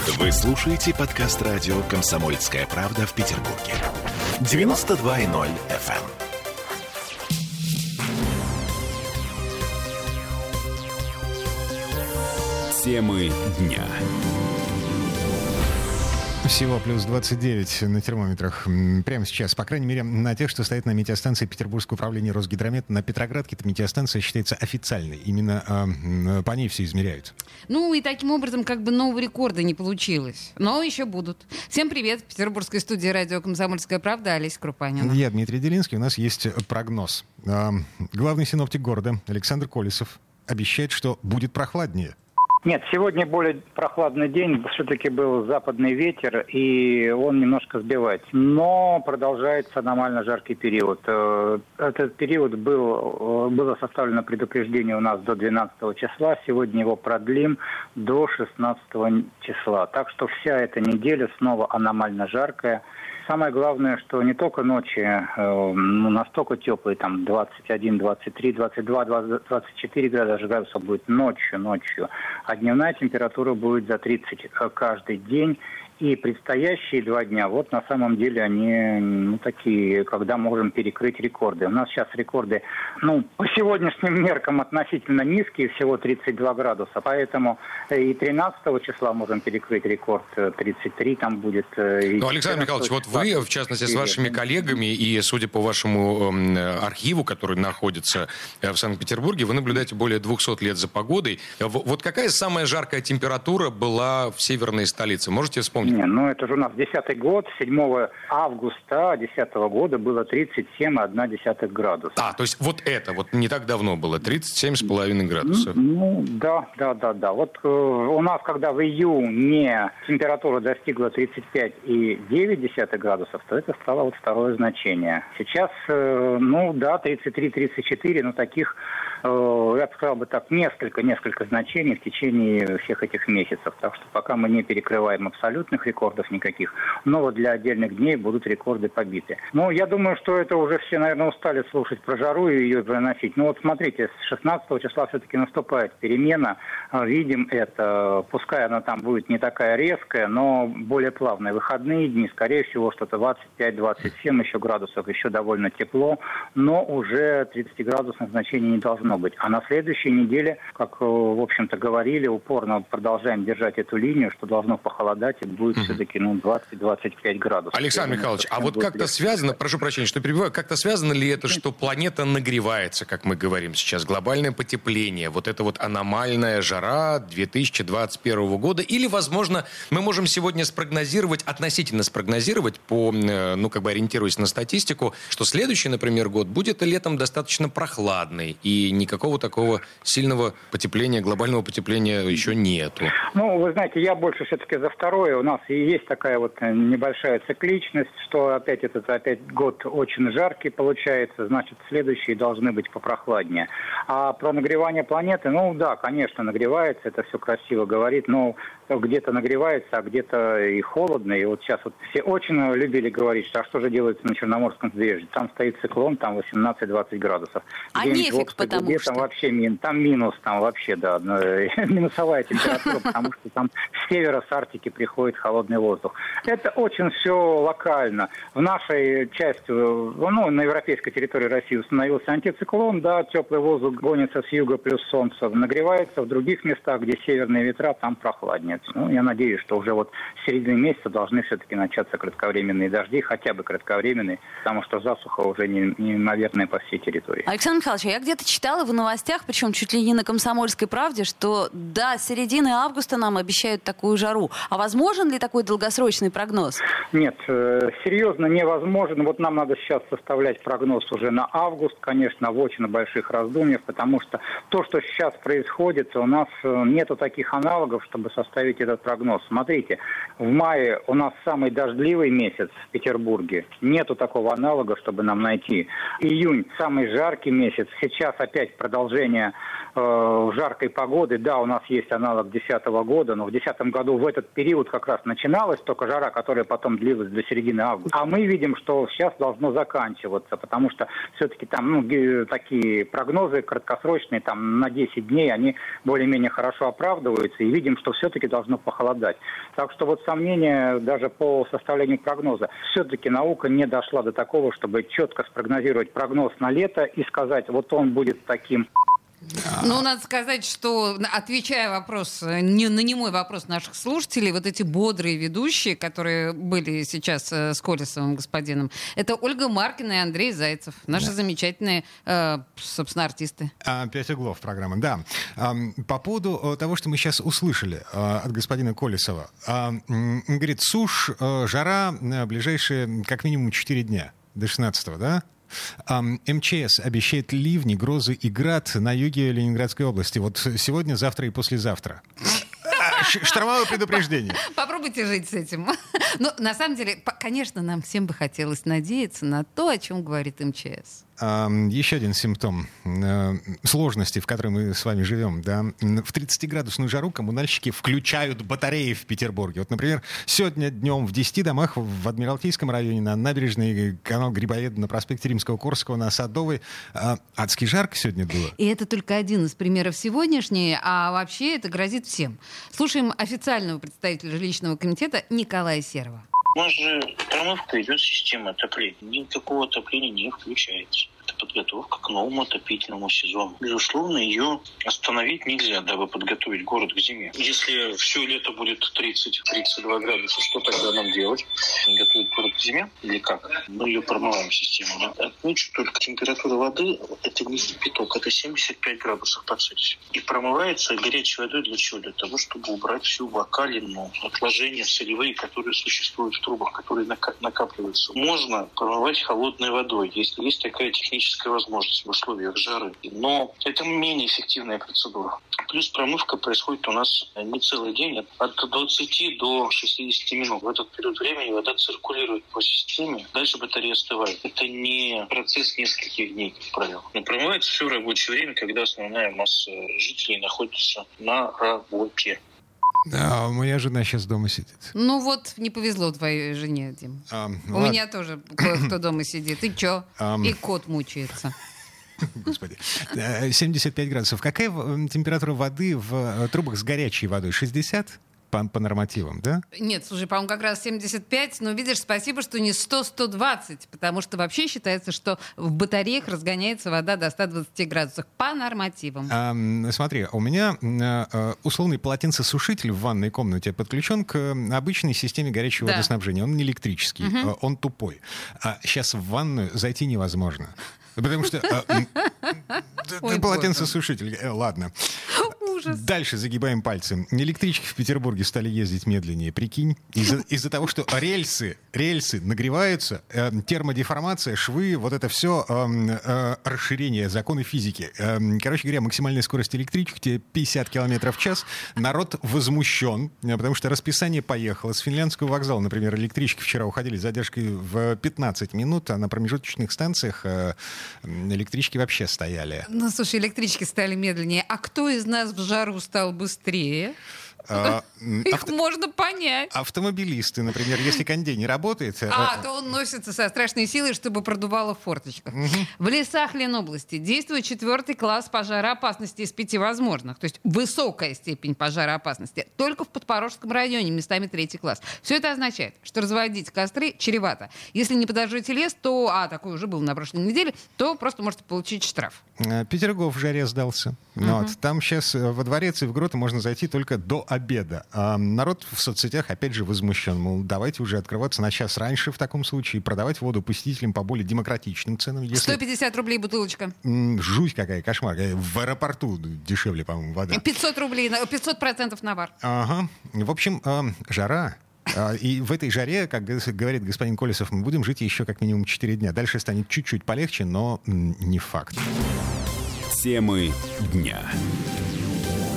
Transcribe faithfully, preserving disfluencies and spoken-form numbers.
Вы слушаете подкаст радио «Комсомольская правда» в Петербурге. девяносто два и ноль эф эм. Темы дня. Всего плюс двадцать девять на термометрах прямо сейчас. По крайней мере, на тех, что стоят на метеостанции Петербургского управления Росгидромета. На Петроградке эта метеостанция считается официальной. Именно э, по ней все измеряют. Ну и таким образом как бы нового рекорда не получилось. Но еще будут. Всем привет. В петербургской студии радио «Комсомольская правда» Олеся Крупанина. Я Дмитрий Делинский. У нас есть прогноз. Э, главный синоптик города Александр Колесов обещает, что будет прохладнее. Нет, сегодня более прохладный день, все-таки был западный ветер, и он немножко сбивает. Но продолжается аномально жаркий период. Этот период был, было составлено предупреждение у нас до двенадцатого числа, сегодня его продлим до шестнадцатого числа. Так что вся эта неделя снова аномально жаркая. Самое главное, что не только ночи э, ну, настолько теплые, там двадцать один, двадцать три, двадцать два, двадцать четыре градуса будет ночью, ночью, а дневная температура будет за тридцать каждый день. И предстоящие два дня, вот на самом деле они ну, такие, когда можем перекрыть рекорды. У нас сейчас рекорды, ну, по сегодняшним меркам относительно низкие, всего тридцать два градуса. Поэтому и тринадцатого числа можем перекрыть рекорд, тридцать три там будет. Ну, Александр Михайлович, вот вы, в частности, с вашими коллегами и, судя по вашему э, архиву, который находится в Санкт-Петербурге, вы наблюдаете более двухсот лет за погодой. Вот какая самая жаркая температура была в северной столице? Можете вспомнить? Не, ну это же у нас десятый год, седьмого августа десятого года было тридцать семь целых одна десятая градуса. А, то есть вот это, вот не так давно было, тридцать семь целых пять десятых градусов. Ну, да, да, да, да. Вот э, у нас, когда в июне температура достигла тридцать пять целых девять десятых градусов, то это стало вот второе значение. Сейчас, э, ну да, тридцать три - тридцать четыре, но таких, э, я бы сказал бы так, несколько, несколько значений в течение всех этих месяцев. Так что пока мы не перекрываем абсолютных рекордов никаких, но вот для отдельных дней будут рекорды побиты. Ну, я думаю, что это уже все, наверное, устали слушать про жару и ее выносить. Ну, вот смотрите, с шестнадцатого числа все-таки наступает перемена. Видим это, пускай она там будет не такая резкая, но более плавная. Выходные дни, скорее всего, что-то двадцать пять - двадцать семь еще градусов, еще довольно тепло, но уже тридцатиградусных значений не должно быть. А на следующей неделе, как, в общем-то, говорили, упорно продолжаем держать эту линию, что должно похолодать и будет mm-hmm. все-таки ну, двадцать - двадцать пять градусов. Александр думаю, Михайлович, а вот как-то легче. связано, прошу прощения, что перебиваю, как-то связано ли это, что планета нагревается, как мы говорим сейчас, глобальное потепление, вот это вот аномальная жара две тысячи двадцать первого года, или, возможно, мы можем сегодня спрогнозировать, относительно спрогнозировать, по, ну, как бы ориентируясь на статистику, что следующий, например, год будет летом достаточно прохладный, и никакого такого сильного потепления, глобального потепления еще нету. Ну, вы знаете, я больше все-таки за второе. У нас и есть такая вот небольшая цикличность, что опять этот опять год очень жаркий получается, значит, следующие должны быть попрохладнее. А про нагревание планеты, ну да, конечно, нагревается, это все красиво говорит, но где-то нагревается, а где-то и холодно. И вот сейчас вот все очень любили говорить, что а что же делается на Черноморском побережье? Там стоит циклон, там восемнадцать - двадцать градусов. А нефиг, потому губе, что... Там вообще мин, там минус, там вообще, да, минусовая температура, потому что там с севера, с Арктики приходит холодный воздух. Это очень все локально. В нашей части, ну, на европейской территории России установился антициклон, да, теплый воздух гонится с юга плюс солнце, нагревается. В других местах, где северные ветра, там прохладнее. Ну, я надеюсь, что уже вот с середины месяца должны все-таки начаться кратковременные дожди, хотя бы кратковременные, потому что засуха уже неимоверная по всей территории. Александр Михайлович, я где-то читала в новостях, причем чуть ли не на «Комсомольской правде», что до середины августа нам обещают такую жару. А возможен ли такой долгосрочный прогноз? Нет, серьезно невозможно. Вот нам надо сейчас составлять прогноз уже на август, конечно, в очень больших раздумьях, потому что то, что сейчас происходит, у нас нету таких аналогов, чтобы составить этот прогноз. Смотрите, в мае у нас самый дождливый месяц в Петербурге. Нету такого аналога, чтобы нам найти. Июнь самый жаркий месяц. Сейчас опять продолжение э, жаркой погоды. Да, у нас есть аналог десятого года, но в десятом году в этот период как раз раз начиналась, только жара, которая потом длилась до середины августа. А мы видим, что сейчас должно заканчиваться, потому что все-таки там ну, такие прогнозы краткосрочные, там на десять дней, они более-менее хорошо оправдываются, и видим, что все-таки должно похолодать. Так что вот сомнения даже по составлению прогноза. Все-таки наука не дошла до такого, чтобы четко спрогнозировать прогноз на лето и сказать, вот он будет таким. Ну, надо сказать, что, отвечая вопрос, не, на немой вопрос наших слушателей, вот эти бодрые ведущие, которые были сейчас э, с Колесовым господином, это Ольга Маркина и Андрей Зайцев, наши да. замечательные, э, собственно, артисты. А, пять углов программы, да. А, по поводу того, что мы сейчас услышали а, от господина Колесова. А, м, говорит, сушь, а, жара а, ближайшие как минимум четыре дня, до шестнадцатого, да? МЧС обещает ливни, грозы и град на юге Ленинградской области. Вот сегодня, завтра и послезавтра. Штормовое предупреждение. Попробуйте жить с этим. Ну, на самом деле, конечно, нам всем бы хотелось надеяться на то, о чем говорит МЧС. А, еще один симптом а, сложности, в которой мы с вами живем. Да? В тридцатиградусную жару коммунальщики включают батареи в Петербурге. Вот, например, сегодня днем в десяти домах в Адмиралтейском районе, на набережной, канал Грибоедова, на проспекте Римского-Корского, на Садовой. А, адски жарко сегодня было. И это только один из примеров сегодняшний, а вообще это грозит всем. Слушаем официального представителя жилищного комитета Николая Серова. У нас же промывка идет система отопления. Никакого отопления не включается. Это подготовка к новому отопительному сезону. Безусловно, ее остановить нельзя, дабы подготовить город к зиме. Если все лето будет тридцать-тридцать два градуса, что тогда нам делать? Готовить город к зиме? Или как? Мы ее промываем систему. Да? Отмечу только, температура воды – это не кипяток, это семьдесят пять градусов по Цельсию. И промывается горячей водой для чего? Для того, чтобы убрать всю вакалину, отложения солевые, которые существуют в трубах, которые накапливаются. Можно промывать холодной водой, если есть такая техническая возможность в условиях жары. Но это менее эффективная процедура. Плюс промывка происходит у нас не целый день, а от двадцати до шестидесяти минут. В этот период времени вода циркулирует по системе, дальше батарея остывает. Это не процесс нескольких дней, как правило. Но промывается все в рабочее время, когда основная масса жителей находится на работе. Да, моя жена сейчас дома сидит. Ну вот, не повезло твоей жене, Дим. А, У ладно. меня тоже кое-кто дома сидит. И чё? А, И кот мучается. Господи. семьдесят пять градусов. Какая температура воды в трубах с горячей водой? шестьдесят? По, по нормативам, да? Нет, слушай, по-моему, как раз семьдесят пять, но видишь, спасибо, что не сто - сто двадцать, потому что вообще считается, что в батареях разгоняется вода до ста двадцати градусов по нормативам. А, смотри, у меня а, условный полотенцесушитель в ванной комнате подключен к обычной системе горячего да. водоснабжения. Он не электрический, угу. он тупой. А сейчас в ванную зайти невозможно. Потому что полотенцесушитель, ладно. Ужас. Дальше загибаем пальцы. Электрички в Петербурге стали ездить медленнее, прикинь. Из-за, из-за того, что рельсы, рельсы нагреваются, э, термодеформация, швы, вот это все э, э, расширение, законы физики. Э, короче говоря, максимальная скорость электричек пятьдесят километров в час. Народ возмущен, потому что расписание поехало. С Финляндского вокзала, например, электрички вчера уходили с задержкой в пятнадцать минут, а на промежуточных станциях э, электрички вообще стояли. Ну, слушай, электрички стали медленнее. А кто из нас в жару стал быстрее? А, Их авто... можно понять. Автомобилисты, например, если кондей не работает... А, то он носится со страшной силой, чтобы продувало в форточках. Угу. В лесах Ленобласти действует четвертый класс пожароопасности из пяти возможных. То есть высокая степень пожароопасности. Только в Подпорожском районе местами третий класс. Все это означает, что разводить костры чревато. Если не подожжете лес, то, а такое уже было на прошлой неделе, то просто можете получить штраф. Петергоф в жаре сдался. Угу. Вот. Там сейчас во дворец и в гроты можно зайти только до обеда. А народ в соцсетях опять же возмущен. Мол, давайте уже открываться на час раньше в таком случае и продавать воду посетителям по более демократичным ценам. Если... сто пятьдесят рублей бутылочка. Жуть какая, кошмар. В аэропорту дешевле, по-моему, вода. пятьсот рублей, пятьсот процентов навар. Ага. В общем, жара. И в этой жаре, как говорит господин Колесов, мы будем жить еще как минимум четыре дня. Дальше станет чуть-чуть полегче, но не факт. Темы дня.